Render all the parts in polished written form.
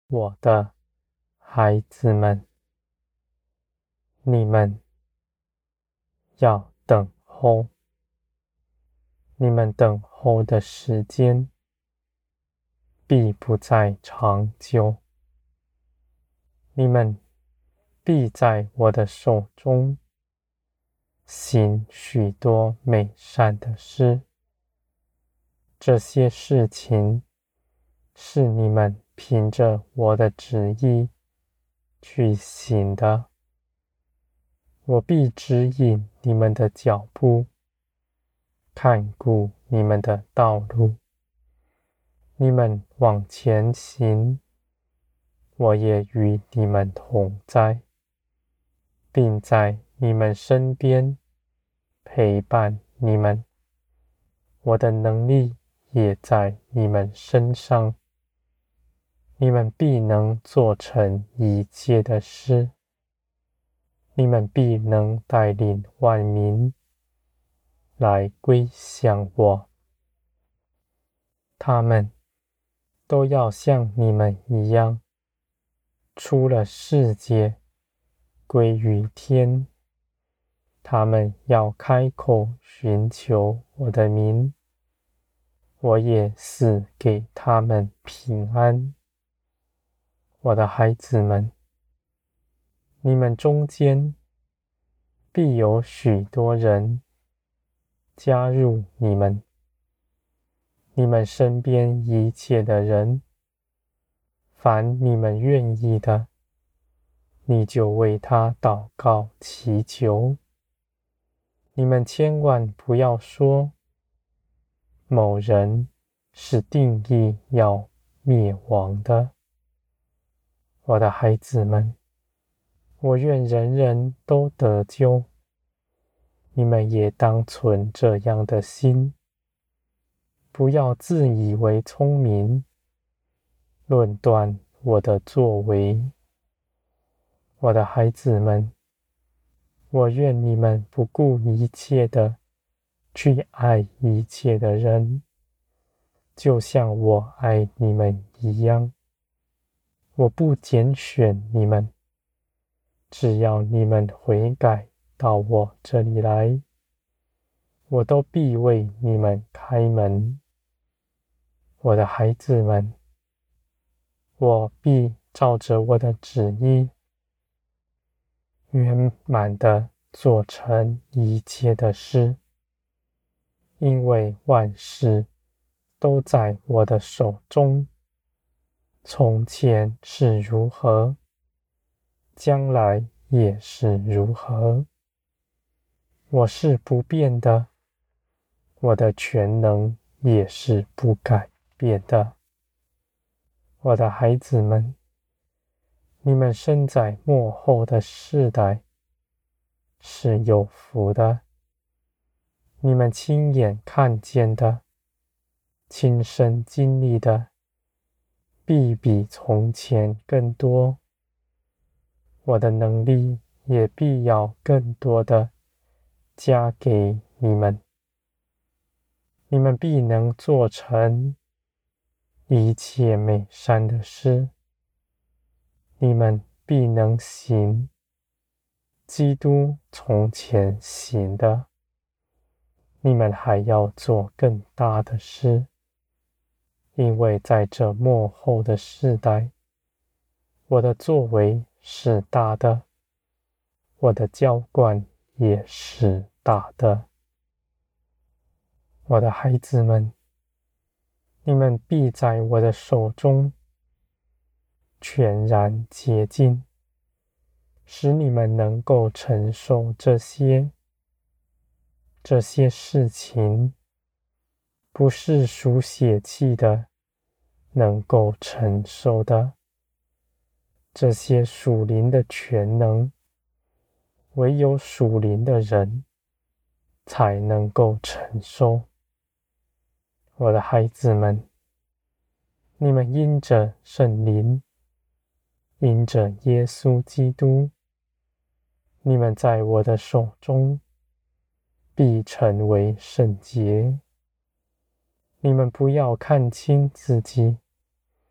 我的孩子们，你们要等候，你们等候的时间必不再长久，你们必在我的手中行许多美善的事。这些事情是你们凭着我的旨意去行的。我必指引你们的脚步，看顾你们的道路。你们往前行，我也与你们同在，并在你们身边陪伴你们。我的能力也在你们身上，你们必能做成一切的事。你们必能带领万民来归向我，他们都要像你们一样，出了世界，归于天。他们要开口寻求我的名，我也赐给他们平安。我的孩子们，你们中间必有许多人加入你们，你们身边一切的人，凡你们愿意的，你就为他祷告祈求。你们千万不要说某人是定义要灭亡的。我的孩子们，我愿人人都得救。你们也当存这样的心，不要自以为聪明，论断我的作为。我的孩子们，我愿你们不顾一切的去爱一切的人，就像我爱你们一样。我不拣选你们，只要你们悔改到我这里来，我都必为你们开门。我的孩子们，我必照着我的旨意，圆满的做成一切的事，因为万事都在我的手中。从前是如何，将来也是如何。我是不变的，我的全能也是不改变的。我的孩子们，你们生在末后的世代，是有福的。你们亲眼看见的，亲身经历的，必比从前更多。我的能力也必要更多的加给你们。你们必能做成一切美善的事。你们必能行基督从前行的。你们还要做更大的事，因为在这末后的世代，我的作为是大的，我的浇灌也是大的。我的孩子们，你们必在我的手中全然洁净，使你们能够承受这些事情，不是属血气的能够承受的。这些属灵的全能，唯有属灵的人才能够承受。我的孩子们，你们因着圣灵，因着耶稣基督，你们在我的手中必成为圣洁。你们不要看轻自己，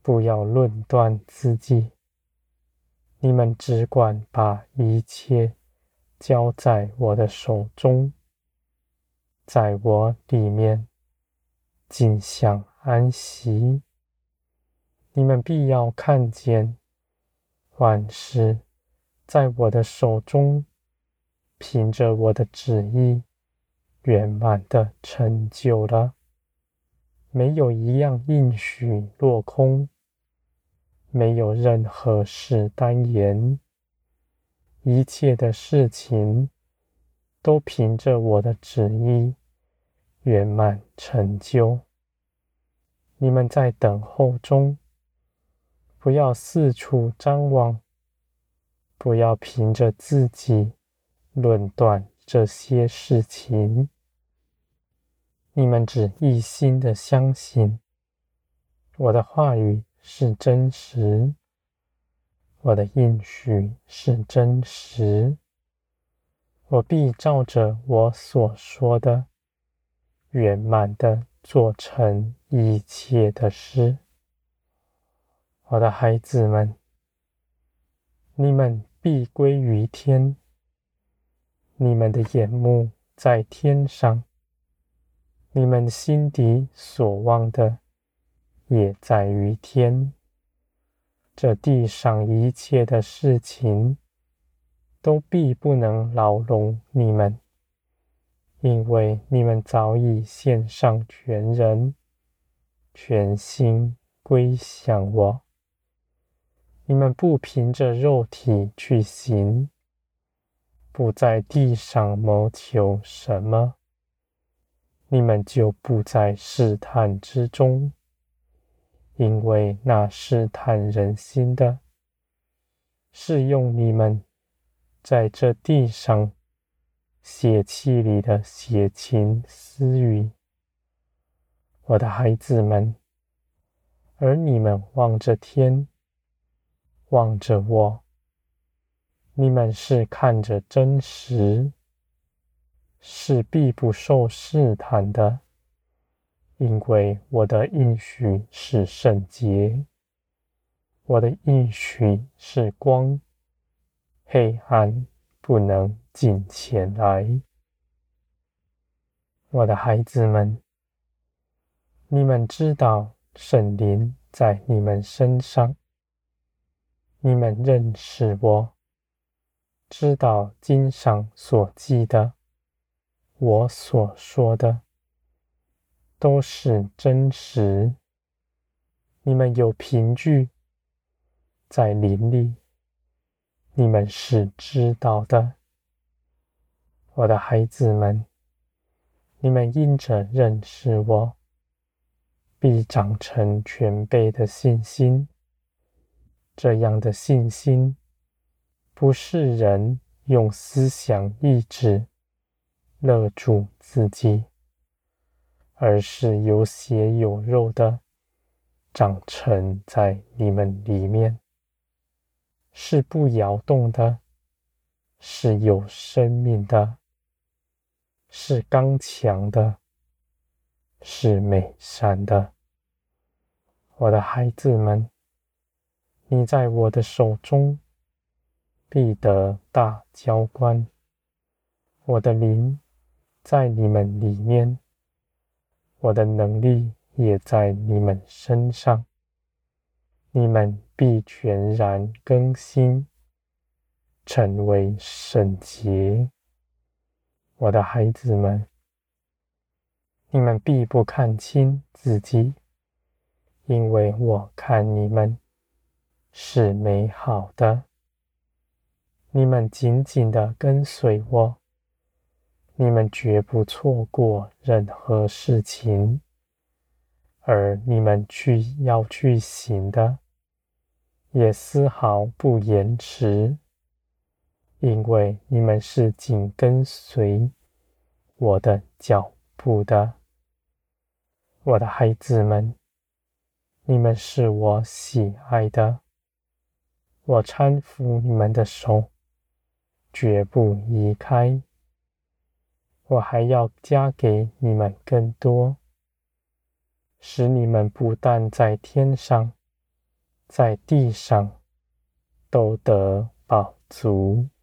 不要论断自己，你们只管把一切交在我的手中，在我里面尽享安息。你们必要看见万事在我的手中，凭着我的旨意圆满的成就了，没有一样应许落空，没有任何事单言，一切的事情都凭着我的旨意圆满成就。你们在等候中，不要四处张望，不要凭着自己论断这些事情，你们只一心的相信我的话语是真实，我的应许是真实，我必照着我所说的圆满的做成一切的事。我的孩子们，你们必归于天，你们的眼目在天上，你们心底所望的也在于天。这地上一切的事情都必不能牢笼你们，因为你们早已献上全人，全心归向我。你们不凭着肉体去行，不在地上谋求什么，你们就不在试探之中，因为那试探人心的，是用你们在这地上血气里的邪情私欲。我的孩子们，而你们望着天，望着我，你们是看着真实，是必不受试探的，因为我的应许是圣洁，我的应许是光，黑暗不能进前来。我的孩子们，你们知道圣灵在你们身上，你们认识我，知道经上所记的，我所说的都是真实。你们有凭据在灵里，你们是知道的。我的孩子们，你们因着认识我，必长成全备的信心。这样的信心，不是人用思想意志勒住自己，而是有血有肉的长成在你们里面，是不摇动的，是有生命的，是刚强的，是美善的。我的孩子们，你在我的手中必得大浇灌，我的灵在你们里面，我的能力也在你们身上，你们必全然更新，成为圣洁。我的孩子们，你们必不看轻自己，因为我看你们是美好的。你们紧紧地跟随我，你们绝不错过任何事情，而你们要去行的，也丝毫不延迟，因为你们是紧跟随我的脚步的。我的孩子们，你们是我喜爱的，我搀扶你们的手，绝不移开。我还要加给你们更多，使你们不但在天上在地上都得饱足。